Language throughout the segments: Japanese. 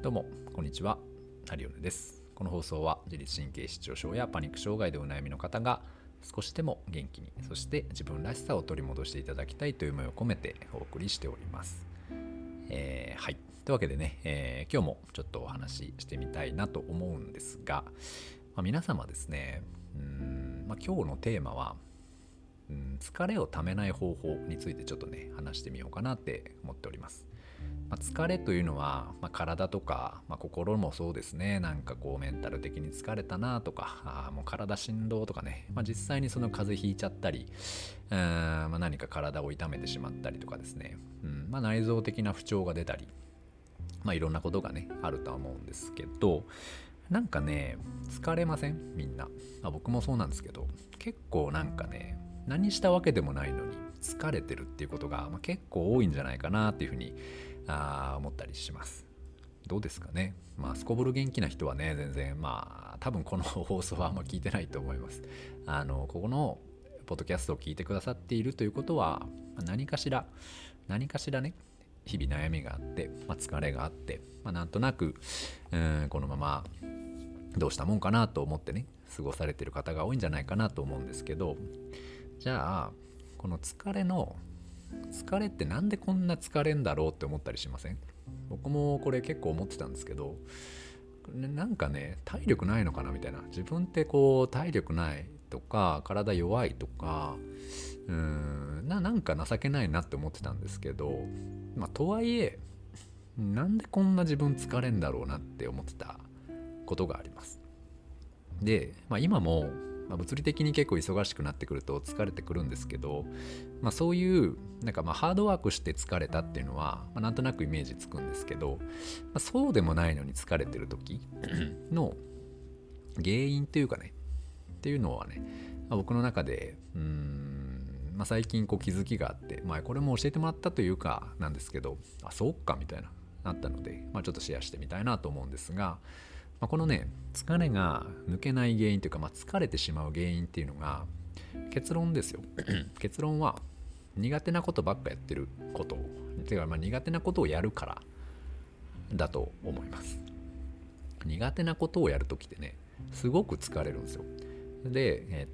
どうもこんにちは、ハリオネです。この放送は自律神経失調症やパニック障害でお悩みの方が少しでも元気に、そして自分らしさを取り戻していただきたいという思いを込めてお送りしております。はい。というわけでね、今日もちょっとお話ししてみたいなと思うんですが、皆様ですね、今日のテーマは、疲れをためない方法についてちょっとね話してみようかなって思っております。疲れというのは、体とか、心もそうですね。なんかこうメンタル的に疲れたなとか、もう体しんどとかね、実際にその風邪ひいちゃったり、何か体を痛めてしまったりとかですね、内臓的な不調が出たり、いろんなことがねあるとは思うんですけど、なんかね疲れませんみんな、僕もそうなんですけど、結構なんかね何したわけでもないのに疲れてるっていうことが、結構多いんじゃないかなっていうふうに思ったりします。どうですかね。すこぶる元気な人はね全然多分この放送はあんま聞いてないと思います。ここのポッドキャストを聞いてくださっているということは、何かしらね日々悩みがあって、疲れがあって、なんとなくこのままどうしたもんかなと思ってね過ごされている方が多いんじゃないかなと思うんですけど、じゃあこの疲れってなんでこんな疲れんだろうって思ったりしません？僕もこれ結構思ってたんですけど、なんかね体力ないのかなみたいな、自分ってこう体力ないとか体弱いとかなんか情けないなって思ってたんですけど、とはいえなんでこんな自分疲れんだろうなって思ってたことがあります。で、今も物理的に結構忙しくなってくると疲れてくるんですけど、そういうなんかハードワークして疲れたっていうのは、なんとなくイメージつくんですけど、そうでもないのに疲れてる時の原因というかねっていうのはね、僕の中で最近こう気づきがあって、これも教えてもらったというかなんですけど、そうかみたいなったので、ちょっとシェアしてみたいなと思うんですが、このね疲れが抜けない原因というか、疲れてしまう原因っていうのが、結論ですよ結論は苦手なことばっかやってることてか、苦手なことをやるからだと思います。苦手なことをやるときってねすごく疲れるんですよ。で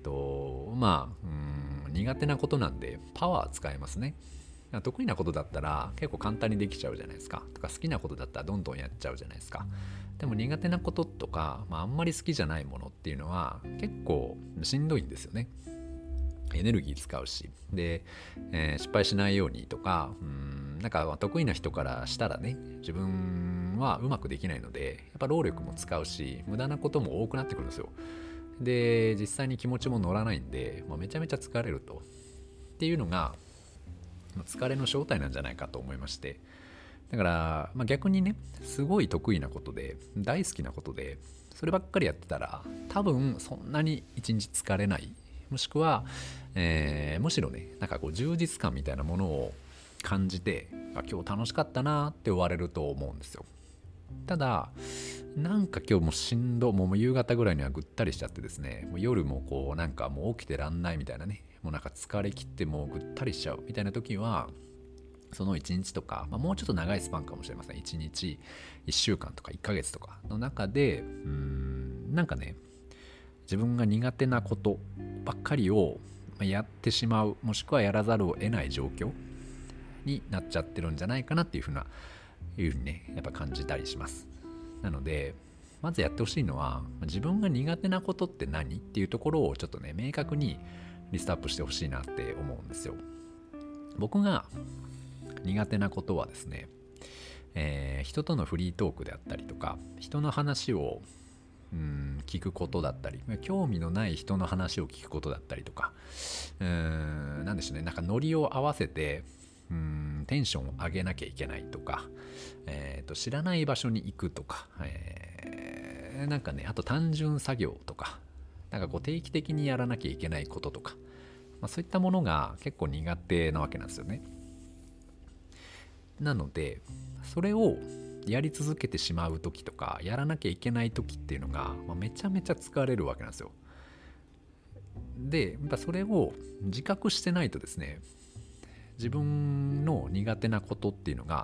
苦手なことなんでパワー使えますね。得意なことだったら結構簡単にできちゃうじゃないですか。とか好きなことだったらどんどんやっちゃうじゃないですか。でも苦手なこととか、あんまり好きじゃないものっていうのは結構しんどいんですよね。エネルギー使うし。で、失敗しないようにとか、なんか得意な人からしたらね、自分はうまくできないので、やっぱ労力も使うし、無駄なことも多くなってくるんですよ。で、実際に気持ちも乗らないんで、めちゃめちゃ疲れると。っていうのが、疲れの正体なんじゃないかと思いまして、だから、逆にねすごい得意なことで大好きなことでそればっかりやってたら多分そんなに一日疲れない、もしくは、むしろねなんかこう充実感みたいなものを感じて、今日楽しかったなって終われると思うんですよ。ただなんか今日もしんど、もう夕方ぐらいにはぐったりしちゃってですね、もう夜もこうなんかもう起きてらんないみたいなね、もうなんか疲れ切ってもうぐったりしちゃうみたいな時は、その1日とか、もうちょっと長いスパンかもしれません。1日、1週間とか1ヶ月とかの中で、なんかね、自分が苦手なことばっかりをやってしまう、もしくはやらざるを得ない状況になっちゃってるんじゃないかなっていうふうにね、やっぱ感じたりします。なので、まずやってほしいのは、自分が苦手なことって何っていうところをちょっとね、明確にリストアップしてほしいなって思うんですよ。僕が苦手なことはですね、人とのフリートークであったりとか、人の話を聞くことだったり、興味のない人の話を聞くことだったりとか、なんでしょうね、なんかノリを合わせてテンションを上げなきゃいけないとか、知らない場所に行くとか、なんかね、あと単純作業とか、なんかこう定期的にやらなきゃいけないこととか、そういったものが結構苦手なわけなんですよね。なのでそれをやり続けてしまう時とかやらなきゃいけない時っていうのが、めちゃめちゃ疲れるわけなんですよ。でやっぱそれを自覚してないとですね、自分の苦手なことっていうのが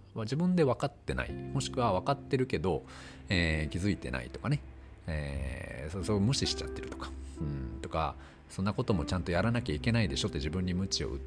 自分で分かってない、もしくは分かってるけど、気づいてないとかね、そう無視しちゃってるとか、とか、そんなこともちゃんとやらなきゃいけないでしょって自分に鞭を打って、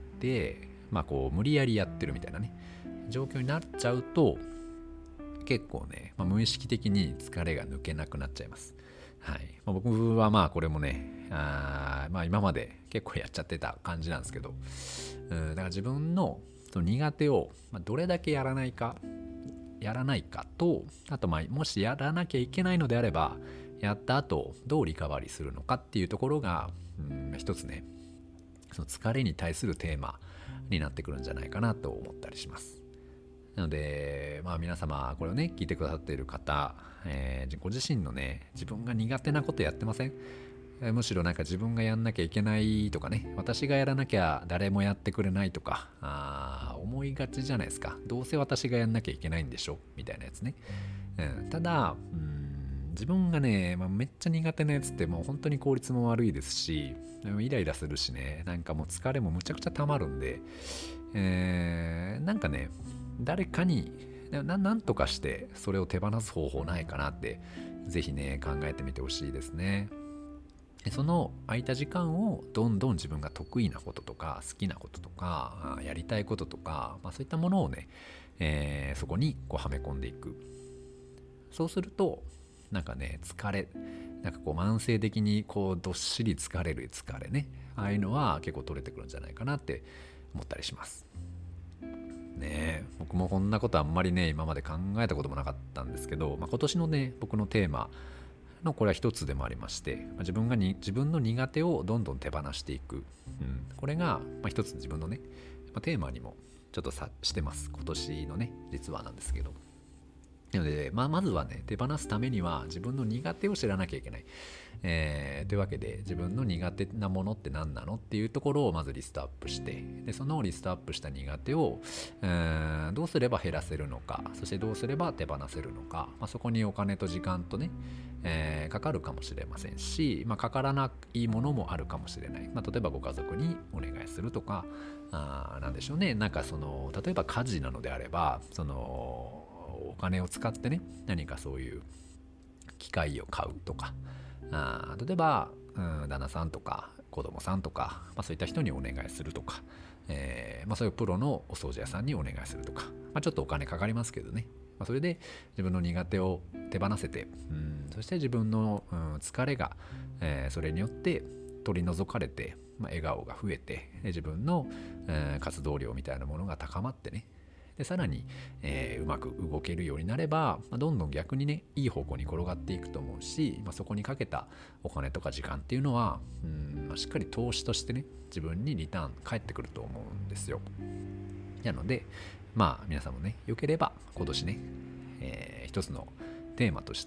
こう無理やりやってるみたいなね状況になっちゃうと、結構ね、無意識的に疲れが抜けなくなっちゃいます。はい。僕はこれもね、今まで結構やっちゃってた感じなんですけど、だから自分のその苦手をどれだけやらないかと、あともしやらなきゃいけないのであれば、やった後どうリカバリーするのかっていうところが、一つね、その疲れに対するテーマになってくるんじゃないかなと思ったりします。なので、皆様これをね聞いてくださっている方、ご自身のね自分が苦手なことやってません？むしろなんか自分がやんなきゃいけないとかね、私がやらなきゃ誰もやってくれないとか思いがちじゃないですか。どうせ私がやんなきゃいけないんでしょみたいなやつね。ただ自分がね、めっちゃ苦手なやつってもう本当に効率も悪いですし、イライラするしね、なんかもう疲れもむちゃくちゃたまるんで、なんかね誰かに何とかしてそれを手放す方法ないかなってぜひね考えてみてほしいですね。その空いた時間をどんどん自分が得意なこととか好きなこととかやりたいこととか、そういったものをね、そこにこうはめ込んでいく。そうするとなんかねなんかこう慢性的にこうどっしり疲れる疲れね、ああいうのは結構取れてくるんじゃないかなって思ったりしますね。僕もこんなことあんまりね今まで考えたこともなかったんですけど、今年のね僕のテーマのこれは一つでもありまして、自分の苦手をどんどん手放していく、これが一つ自分のね、テーマにもちょっとしてます。今年のね実はなんですけど、なので、まずはね手放すためには自分の苦手を知らなきゃいけない、というわけで自分の苦手なものって何なのっていうところをまずリストアップして、でそのリストアップした苦手を、どうすれば減らせるのか、そしてどうすれば手放せるのか、そこにお金と時間とね、かかるかもしれませんし、かからないものもあるかもしれない、例えばご家族にお願いするとか、なんでしょうね、なんかその例えば家事なのであればそのお金を使ってね何かそういう機械を買うとか、例えば、旦那さんとか子供さんとか、そういった人にお願いするとか、そういうプロのお掃除屋さんにお願いするとか、ちょっとお金かかりますけどね、それで自分の苦手を手放せて、そして自分の、疲れが、それによって取り除かれて、笑顔が増えて自分の、活動量みたいなものが高まってね、でさらに、うまく動けるようになれば、どんどん逆にねいい方向に転がっていくと思うし、そこにかけたお金とか時間っていうのはしっかり投資としてね自分にリターン返ってくると思うんですよ。なので皆さんもねよければ今年ね、一つのテーマとして、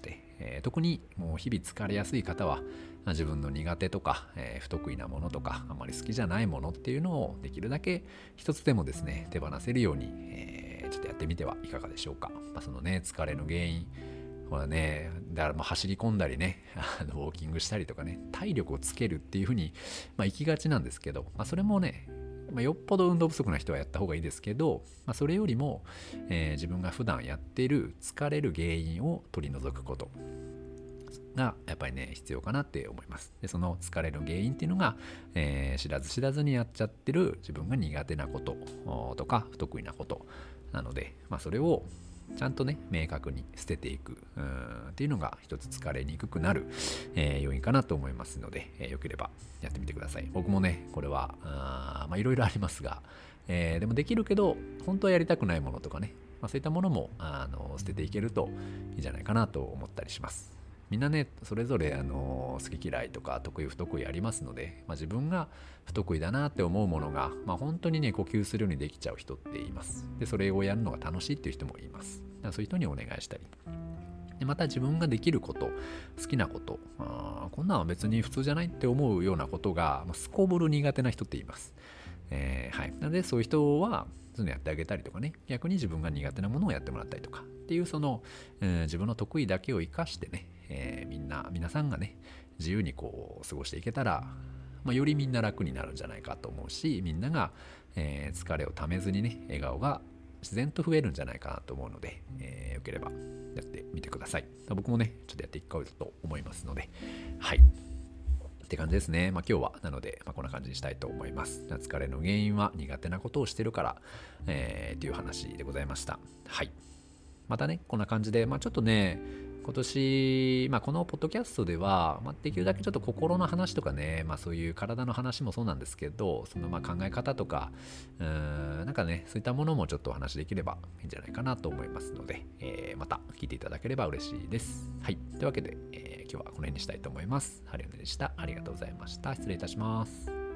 特にもう日々疲れやすい方は、自分の苦手とか、不得意なものとかあまり好きじゃないものっていうのをできるだけ一つでもですね手放せるように、ちょっとやってみてはいかがでしょうか。そのね疲れの原因ほらね、だから走り込んだりねウォーキングしたりとかね体力をつけるっていうふうに、行きがちなんですけど、それもねよっぽど運動不足な人はやった方がいいですけど、それよりも、自分が普段やっている疲れる原因を取り除くことがやっぱりね必要かなって思います。でその疲れる原因っていうのが、知らず知らずにやっちゃってる自分が苦手なこととか不得意なことなので、それをちゃんとね明確に捨てていくっていうのが一つ疲れにくくなる、要因かなと思いますので、よければやってみてください。僕もねこれはいろいろありますが、でもできるけど本当はやりたくないものとかね、そういったものも捨てていけるといいんじゃないかなと思ったりします。みんなねそれぞれ好き嫌いとか得意不得意ありますので、自分が不得意だなって思うものが、本当にね呼吸するようにできちゃう人っています。でそれをやるのが楽しいっていう人もいます。だからそういう人にお願いしたり、でまた自分ができること好きなこと、こんなんは別に普通じゃないって思うようなことがすこぶる苦手な人っています。はい、なのでそういう人はそういうのやってあげたりとかね、逆に自分が苦手なものをやってもらったりとかっていうその、自分の得意だけを生かしてね、皆さんがね自由にこう過ごしていけたら、よりみんな楽になるんじゃないかと思うし、みんなが、疲れをためずにね笑顔が自然と増えるんじゃないかなと思うので、よければやってみてください。僕もねちょっとやっていこうと思いますので、はいって感じですね。今日はなので、こんな感じにしたいと思います。疲れの原因は苦手なことをしてるから、っていう話でございました。はい。またねこんな感じで、ちょっとね今年、このポッドキャストでは、できるだけちょっと心の話とかね、そういう体の話もそうなんですけど、その考え方とか、なんかね、そういったものもちょっとお話できればいいんじゃないかなと思いますので、また聞いていただければ嬉しいです。はい。というわけで、今日はこの辺にしたいと思います。ハリオネでした。ありがとうございました。失礼いたします。